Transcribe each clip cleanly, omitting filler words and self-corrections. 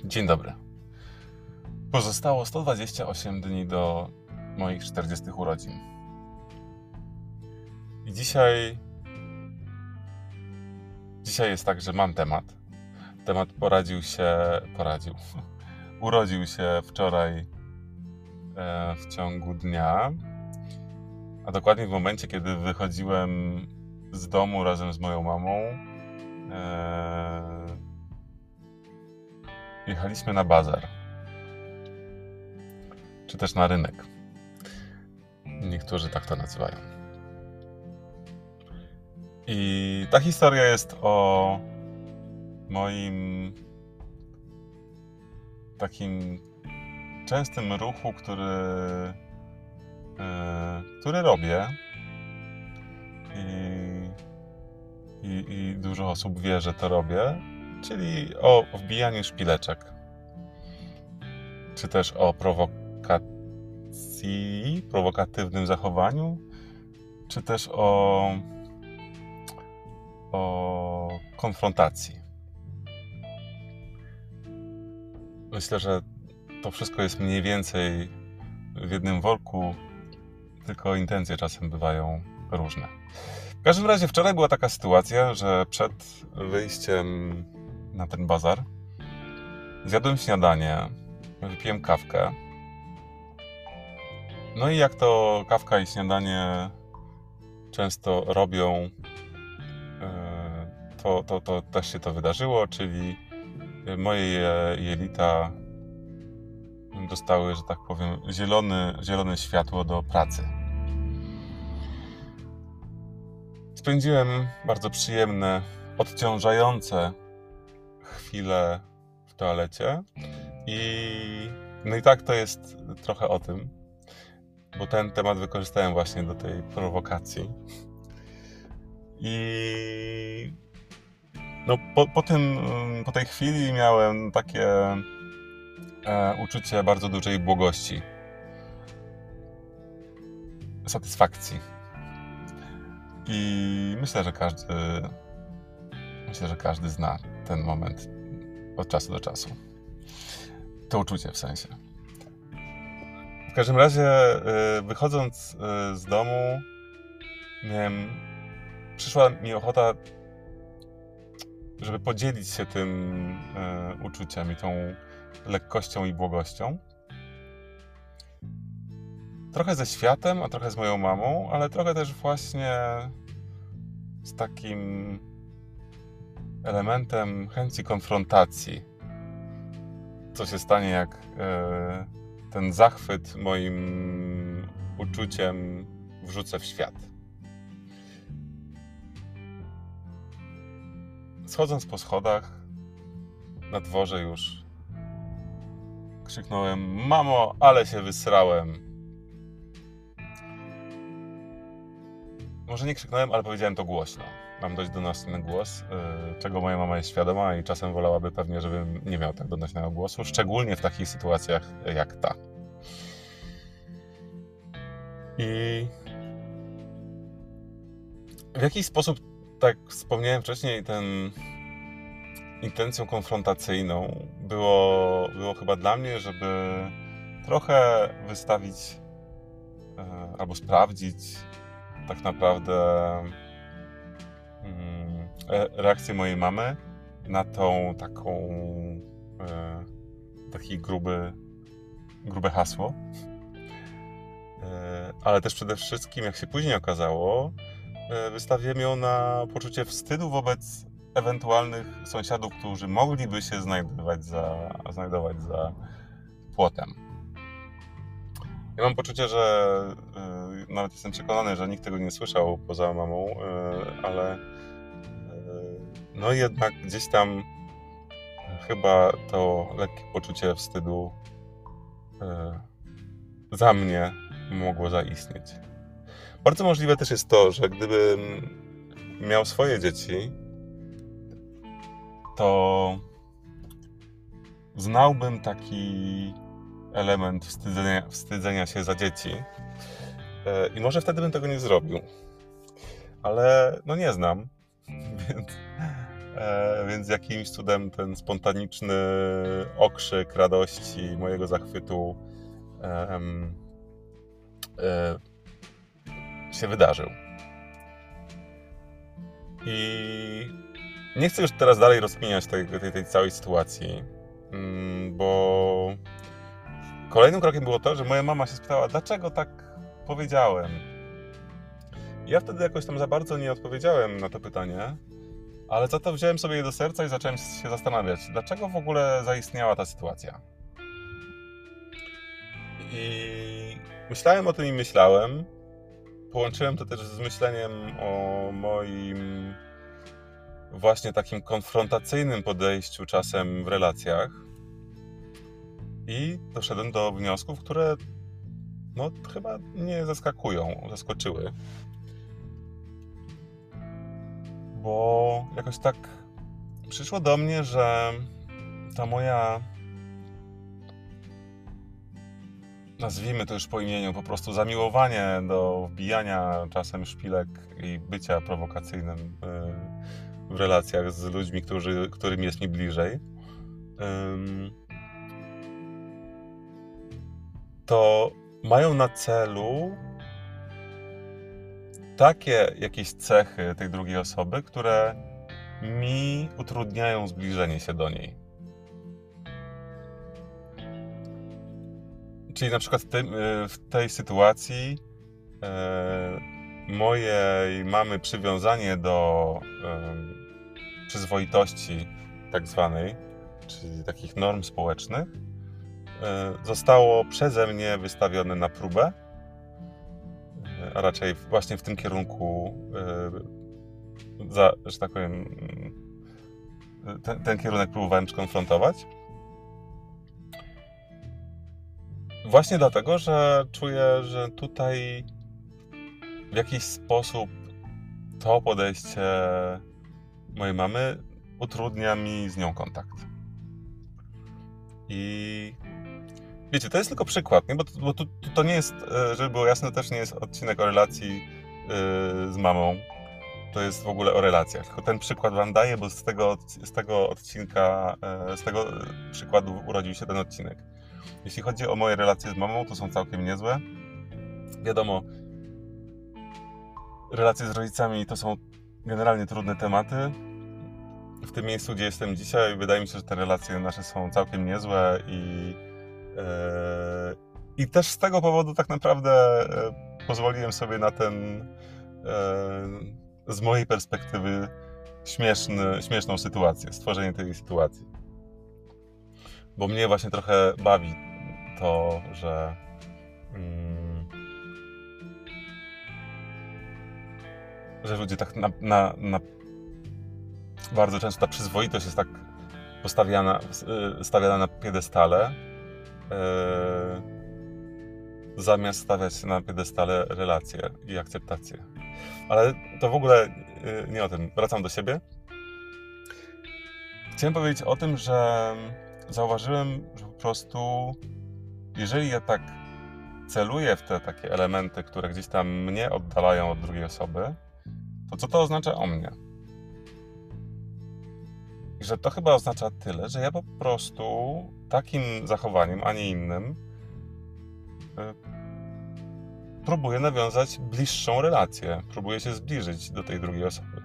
Dzień dobry. Pozostało 128 dni do moich 40 urodzin. I dzisiaj jest tak, że mam temat. Temat urodził się wczoraj w ciągu dnia, a dokładnie w momencie, kiedy wychodziłem z domu razem z moją mamą. Jechaliśmy na bazar, czy też na rynek. Niektórzy tak to nazywają. I ta historia jest o moim takim częstym ruchu, który robię i dużo osób wie, że to robię, czyli o wbijaniu szpileczek, czy też o prowokatywnym zachowaniu, czy też o konfrontacji. Myślę, że to wszystko jest mniej więcej w jednym worku, tylko intencje czasem bywają różne. W każdym razie wczoraj była taka sytuacja, że przed wyjściem na ten bazar zjadłem śniadanie, wypiłem kawkę. No i jak to kawka i śniadanie często robią, to też się to wydarzyło, czyli moje jelita dostały, że tak powiem, zielone światło do pracy. Spędziłem bardzo przyjemne, odciążające chwile w toalecie no i tak to jest trochę o tym, bo ten temat wykorzystałem właśnie do tej prowokacji. I no po tej chwili miałem takie uczucie bardzo dużej błogości, satysfakcji. I myślę, że każdy zna ten moment od czasu do czasu. To uczucie w sensie. W każdym razie, wychodząc z domu, przyszła mi ochota, żeby podzielić się tym uczuciem i tą lekkością i błogością. Trochę ze światem, a trochę z moją mamą, ale trochę też właśnie z takim elementem chęci konfrontacji. Co się stanie, jak ten zachwyt moim uczuciem wrzucę w świat. Schodząc po schodach, na dworze już krzyknąłem: mamo, ale się wysrałem. Może nie krzyknąłem, ale powiedziałem to głośno. Mam dość donośny głos, czego moja mama jest świadoma i czasem wolałaby pewnie, żebym nie miał tak donośnego głosu, szczególnie w takich sytuacjach jak ta. I w jakiś sposób, tak wspomniałem wcześniej, intencją konfrontacyjną było chyba dla mnie, żeby trochę wystawić albo sprawdzić tak naprawdę reakcję mojej mamy na tą takie grube hasło. Ale też przede wszystkim, jak się później okazało, wystawiłem ją na poczucie wstydu wobec ewentualnych sąsiadów, którzy mogliby się znajdować za płotem. Ja mam poczucie, że nawet jestem przekonany, że nikt tego nie słyszał poza mamą, ale no jednak gdzieś tam chyba to lekkie poczucie wstydu za mnie mogło zaistnieć. Bardzo możliwe też jest to, że gdybym miał swoje dzieci, to znałbym taki element wstydzenia się za dzieci i może wtedy bym tego nie zrobił. Ale no nie znam, więc Więc jakimś cudem ten spontaniczny okrzyk radości, mojego zachwytu się wydarzył. I nie chcę już teraz dalej rozkminiać tej całej sytuacji, bo kolejnym krokiem było to, że moja mama się spytała, dlaczego tak powiedziałem. Ja wtedy jakoś tam za bardzo nie odpowiedziałem na to pytanie, ale za to wziąłem sobie je do serca i zacząłem się zastanawiać, dlaczego w ogóle zaistniała ta sytuacja. I myślałem o tym i myślałem. Połączyłem to też z myśleniem o moim właśnie takim konfrontacyjnym podejściu czasem w relacjach i doszedłem do wniosków, które chyba nie zaskoczyły. Bo jakoś tak przyszło do mnie, że ta moja, nazwijmy to już po imieniu, po prostu zamiłowanie do wbijania czasem szpilek i bycia prowokacyjnym w relacjach z ludźmi, którym jest mi bliżej, to mają na celu takie jakieś cechy tej drugiej osoby, które mi utrudniają zbliżenie się do niej. Czyli na przykład w tej sytuacji mojej mamy przywiązanie do przyzwoitości tak zwanej, czyli takich norm społecznych, zostało przeze mnie wystawione na próbę, a raczej właśnie w tym kierunku, że tak powiem, ten kierunek próbowałem skonfrontować. Właśnie dlatego, że czuję, że tutaj w jakiś sposób to podejście mojej mamy utrudnia mi z nią kontakt. I wiecie, to jest tylko przykład, nie? Bo to nie jest, żeby było jasne, to też nie jest odcinek o relacji z mamą. To jest w ogóle o relacjach. Tylko ten przykład wam daję, bo z tego odcinka, z tego przykładu urodził się ten odcinek. Jeśli chodzi o moje relacje z mamą, to są całkiem niezłe. Wiadomo, relacje z rodzicami to są generalnie trudne tematy. W tym miejscu, gdzie jestem dzisiaj, wydaje mi się, że te relacje nasze są całkiem niezłe i też z tego powodu tak naprawdę pozwoliłem sobie na ten z mojej perspektywy śmieszną sytuację, stworzenie tej sytuacji. Bo mnie właśnie trochę bawi to, że ludzie tak bardzo często ta przyzwoitość jest tak stawiana na piedestale, zamiast stawiać na piedestale relacje i akceptację. Ale to w ogóle nie o tym. Wracam do siebie. Chciałem powiedzieć o tym, że zauważyłem, że po prostu jeżeli ja tak celuję w te takie elementy, które gdzieś tam mnie oddalają od drugiej osoby, to co to oznacza o mnie? I że to chyba oznacza tyle, że ja po prostu takim zachowaniem, a nie innym próbuję nawiązać bliższą relację, próbuję się zbliżyć do tej drugiej osoby.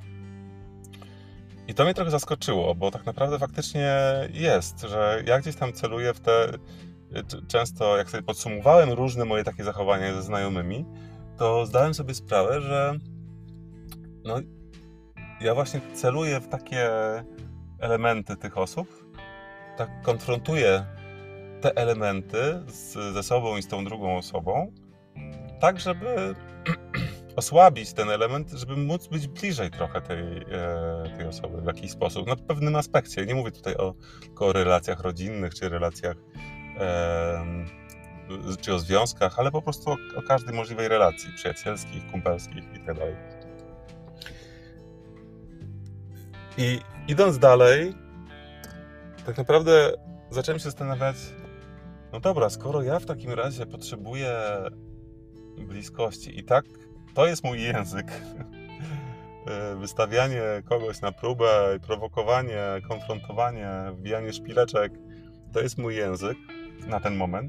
I to mnie trochę zaskoczyło, bo tak naprawdę faktycznie jest, że ja gdzieś tam celuję w te... Często jak sobie podsumowałem różne moje takie zachowania ze znajomymi, to zdałem sobie sprawę, że ja właśnie celuję w takie elementy tych osób, tak konfrontuję te elementy ze sobą i z tą drugą osobą, tak żeby osłabić ten element, żeby móc być bliżej trochę tej osoby w jakiś sposób, na pewnym aspekcie. Nie mówię tutaj tylko o relacjach rodzinnych, czy relacjach, czy o związkach, ale po prostu o każdej możliwej relacji, przyjacielskich, kumpelskich itd. I idąc dalej, tak naprawdę zacząłem się zastanawiać, no dobra, skoro ja w takim razie potrzebuję bliskości i tak to jest mój język wystawianie kogoś na próbę, prowokowanie, konfrontowanie, wbijanie szpileczek, to jest mój język na ten moment,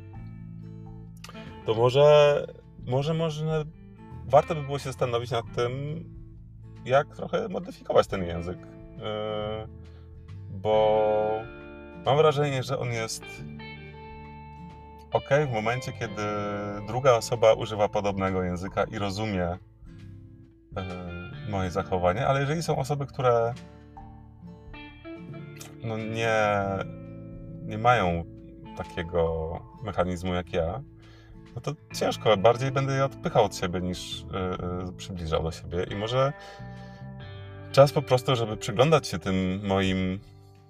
to może warto by było się zastanowić nad tym, jak trochę modyfikować ten język. Bo mam wrażenie, że on jest ok w momencie, kiedy druga osoba używa podobnego języka i rozumie moje zachowanie, ale jeżeli są osoby, które no nie mają takiego mechanizmu jak ja, no to ciężko, bardziej będę je odpychał od siebie niż przybliżał do siebie i może czas po prostu, żeby przyglądać się tym moim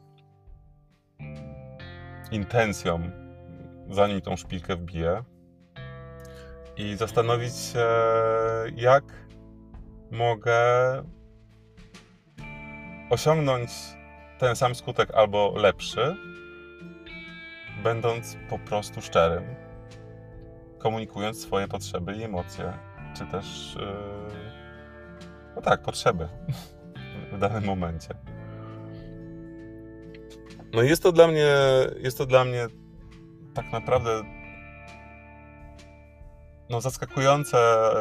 intencjom, zanim tą szpilkę wbiję i zastanowić się, jak mogę osiągnąć ten sam skutek albo lepszy, będąc po prostu szczerym, komunikując swoje potrzeby i emocje, czy też no tak, potrzeby w danym momencie. No jest to dla mnie tak naprawdę no zaskakujące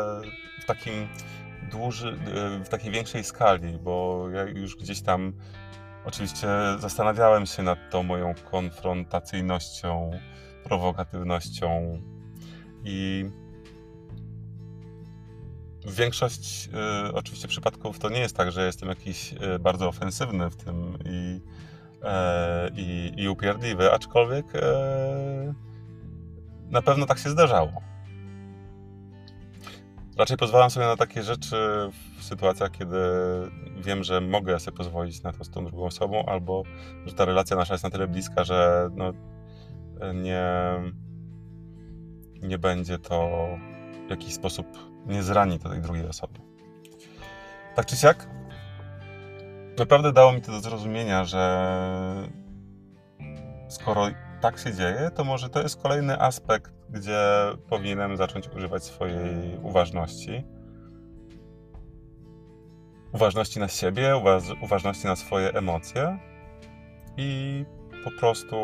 w takiej większej skali, bo ja już gdzieś tam oczywiście zastanawiałem się nad tą moją konfrontacyjnością, prowokatywnością i w większości oczywiście przypadków to nie jest tak, że jestem jakiś bardzo ofensywny w tym i upierdliwy, aczkolwiek na pewno tak się zdarzało. Raczej pozwalam sobie na takie rzeczy w sytuacjach, kiedy wiem, że mogę sobie pozwolić na to z tą drugą osobą, albo że ta relacja nasza jest na tyle bliska, że no, nie będzie to w jakiś sposób nie zrani tej drugiej osoby. Tak czy siak, naprawdę dało mi to do zrozumienia, że skoro tak się dzieje, to może to jest kolejny aspekt, gdzie powinienem zacząć używać swojej uważności. Uważności na siebie, uważności na swoje emocje i po prostu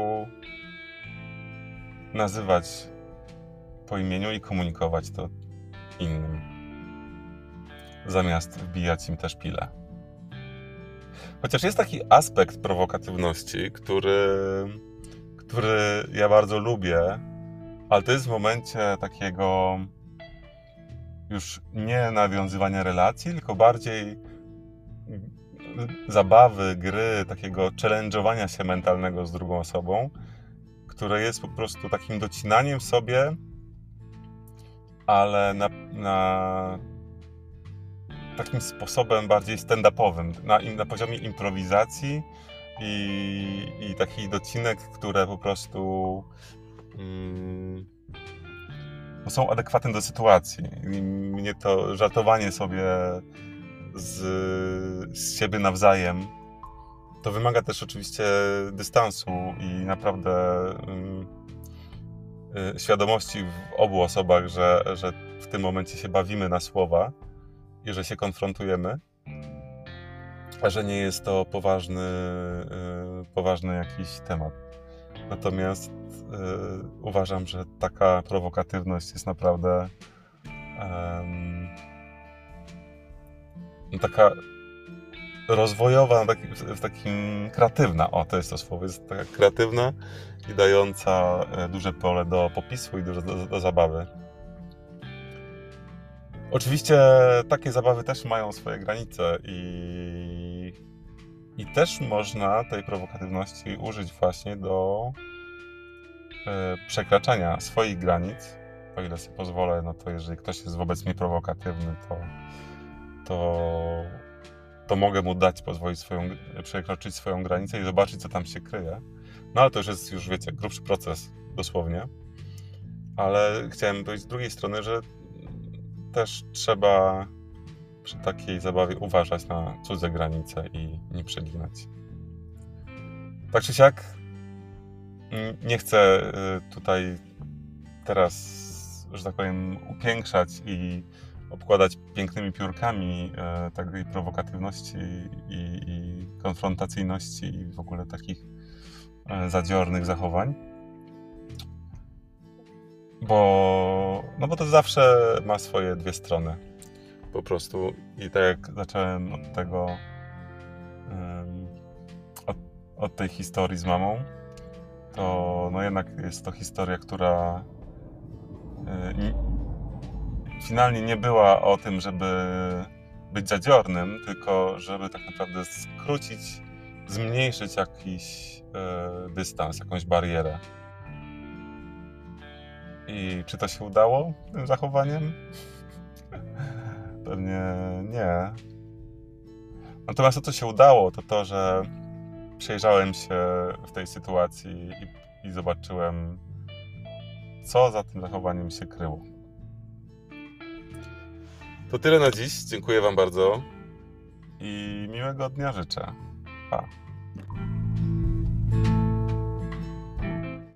nazywać po imieniu i komunikować to innym, zamiast wbijać im też pile. Chociaż jest taki aspekt prowokatywności, który ja bardzo lubię, ale to jest w momencie takiego już nie nawiązywania relacji, tylko bardziej zabawy, gry, takiego challenge'owania się mentalnego z drugą osobą, które jest po prostu takim docinaniem sobie, ale na takim sposobem bardziej stand-upowym, na poziomie improwizacji i takich docinek, które po prostu są adekwatne do sytuacji. I mnie to żartowanie sobie z siebie nawzajem, to wymaga też oczywiście dystansu i naprawdę świadomości w obu osobach, że w tym momencie się bawimy na słowa i że się konfrontujemy, a że nie jest to poważny jakiś temat. Natomiast uważam, że taka prowokatywność jest naprawdę taka rozwojowa, takim kreatywna, to jest to słowo, jest taka kreatywna i dająca duże pole do popisu i do zabawy. Oczywiście takie zabawy też mają swoje granice i też można tej prowokatywności użyć właśnie do przekraczania swoich granic. O ile sobie pozwolę, no to jeżeli ktoś jest wobec mnie prowokatywny, to mogę mu pozwolić przekroczyć swoją granicę i zobaczyć, co tam się kryje. No ale to już wiecie, grubszy proces dosłownie. Ale chciałem powiedzieć z drugiej strony, że też trzeba przy takiej zabawie uważać na cudze granice i nie przeginać. Tak czy siak, nie chcę tutaj teraz, że tak powiem, upiększać i obkładać pięknymi piórkami takiej prowokatywności i konfrontacyjności i w ogóle takich zadziornych zachowań. Bo to zawsze ma swoje dwie strony. Po prostu. I tak jak zacząłem od tego, od tej historii z mamą, to no jednak jest to historia, która finalnie nie była o tym, żeby być zadziornym, tylko żeby tak naprawdę skrócić, zmniejszyć jakiś dystans, jakąś barierę. I czy to się udało tym zachowaniem? Pewnie nie. Natomiast to, co się udało, to to, że przejrzałem się w tej sytuacji i zobaczyłem, co za tym zachowaniem się kryło. To tyle na dziś. Dziękuję Wam bardzo i miłego dnia życzę. Pa.